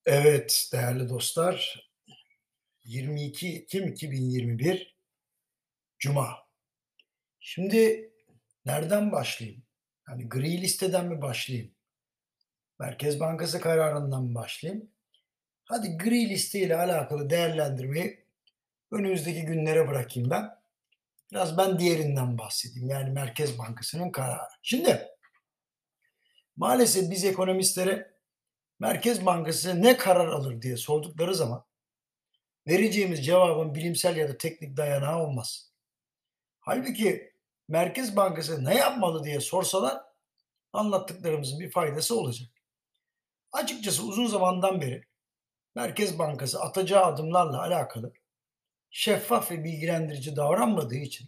Evet, değerli dostlar, 22 Ekim 2021 Cuma. Şimdi nereden başlayayım? Hani gri listeden mi başlayayım? Merkez Bankası kararından mı başlayayım? Hadi gri liste ile alakalı değerlendirmeyi önümüzdeki günlere bırakayım ben. Biraz ben diğerinden bahsedeyim. Yani Merkez Bankası'nın kararı. Şimdi maalesef biz ekonomistlere Merkez Bankası ne karar alır diye sordukları zaman vereceğimiz cevabın bilimsel ya da teknik dayanağı olmaz. Halbuki Merkez Bankası ne yapmalı diye sorsalar anlattıklarımızın bir faydası olacak. Açıkçası uzun zamandan beri Merkez Bankası atacağı adımlarla alakalı şeffaf ve bilgilendirici davranmadığı için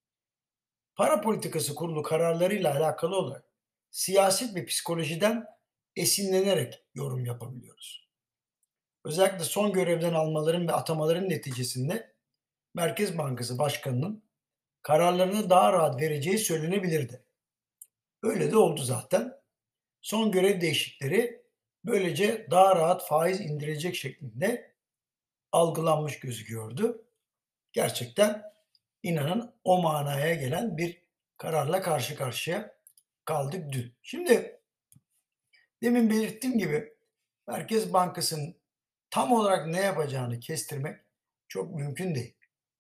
para politikası kurulu kararlarıyla alakalı olarak siyaset ve psikolojiden esinlenerek yorum yapabiliyoruz. Özellikle son görevden almaların ve atamaların neticesinde Merkez Bankası Başkanı'nın kararlarını daha rahat vereceği söylenebilirdi. Öyle de oldu zaten. Son görev değişikleri böylece daha rahat faiz indirecek şeklinde algılanmış gözüküyordu. Gerçekten inanın o manaya gelen bir kararla karşı karşıya kaldık dün. Şimdi demin belirttiğim gibi Merkez Bankası'nın tam olarak ne yapacağını kestirmek çok mümkün değil.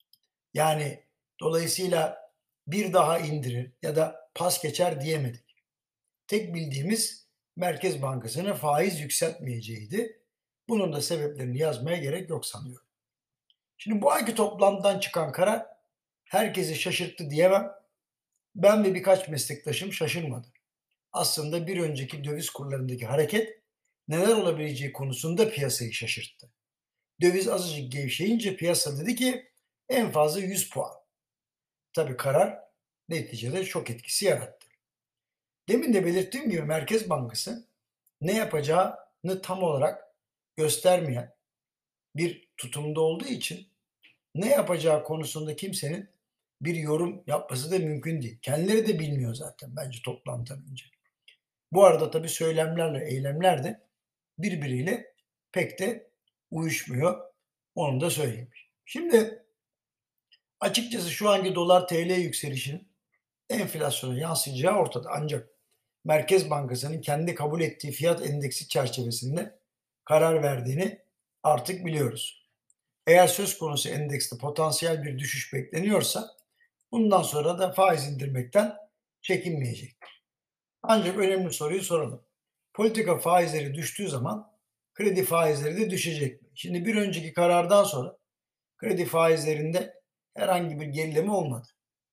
Yani dolayısıyla bir daha indirir ya da pas geçer diyemedik. Tek bildiğimiz Merkez Bankası'nın faiz yükseltmeyeceğiydi. Bunun da sebeplerini yazmaya gerek yok sanıyorum. Şimdi bu ayki toplantıdan çıkan karar herkesi şaşırttı diyemem. Ben ve birkaç meslektaşım şaşırmadı. Aslında bir önceki döviz kurlarındaki hareket neler olabileceği konusunda piyasayı şaşırttı. Döviz azıcık gevşeyince piyasa dedi ki en fazla 100 puan. Tabii karar neticede şok etkisi yarattı. Demin de belirttiğim gibi Merkez Bankası ne yapacağını tam olarak göstermeyen bir tutumda olduğu için ne yapacağı konusunda kimsenin bir yorum yapması da mümkün değil. Kendileri de bilmiyor zaten bence toplantıdan önce. Bu arada tabii söylemlerle eylemler de birbiriyle pek de uyuşmuyor. Onu da söyleyeyim. Şimdi açıkçası şu anki dolar TL yükselişinin enflasyona yansıyacağı ortada. Ancak Merkez Bankası'nın kendi kabul ettiği fiyat endeksi çerçevesinde karar verdiğini artık biliyoruz. Eğer söz konusu endekste potansiyel bir düşüş bekleniyorsa bundan sonra da faiz indirmekten çekinmeyecek. Ancak önemli soruyu soralım. Politika faizleri düştüğü zaman kredi faizleri de düşecek mi? Şimdi bir önceki karardan sonra kredi faizlerinde herhangi bir gerileme olmadı.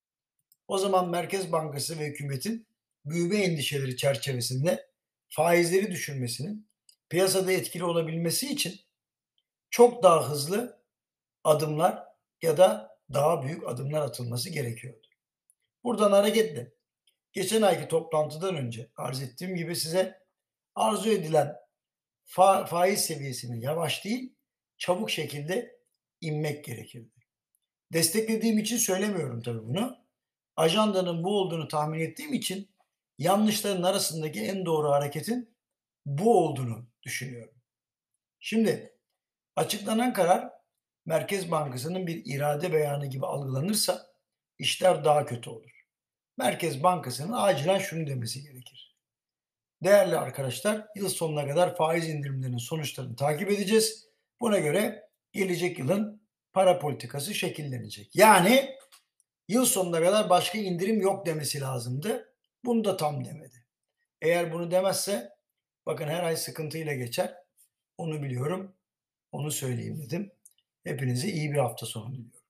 O zaman Merkez Bankası ve hükümetin büyüme endişeleri çerçevesinde faizleri düşürmesinin piyasada etkili olabilmesi için çok daha hızlı adımlar ya da daha büyük adımlar atılması gerekiyordu. Buradan hareketle geçen ayki toplantıdan önce arz ettiğim gibi size arzu edilen faiz seviyesini yavaş değil çabuk şekilde inmek gerekirdi. Desteklediğim için söylemiyorum tabii bunu. Ajandanın bu olduğunu tahmin ettiğim için yanlışların arasındaki en doğru hareketin bu olduğunu düşünüyorum. Şimdi açıklanan karar Merkez Bankası'nın bir irade beyanı gibi algılanırsa işler daha kötü olur. Merkez Bankası'nın acilen şunu demesi gerekir. Değerli arkadaşlar, yıl sonuna kadar faiz indirimlerinin sonuçlarını takip edeceğiz. Buna göre gelecek yılın para politikası şekillenecek. Yani yıl sonuna kadar başka indirim yok demesi lazımdı. Bunu da tam demedi. Eğer bunu demezse bakın her ay sıkıntıyla geçer. Onu biliyorum. Onu söyleyeyim dedim. Hepinize iyi bir hafta sonu diliyorum.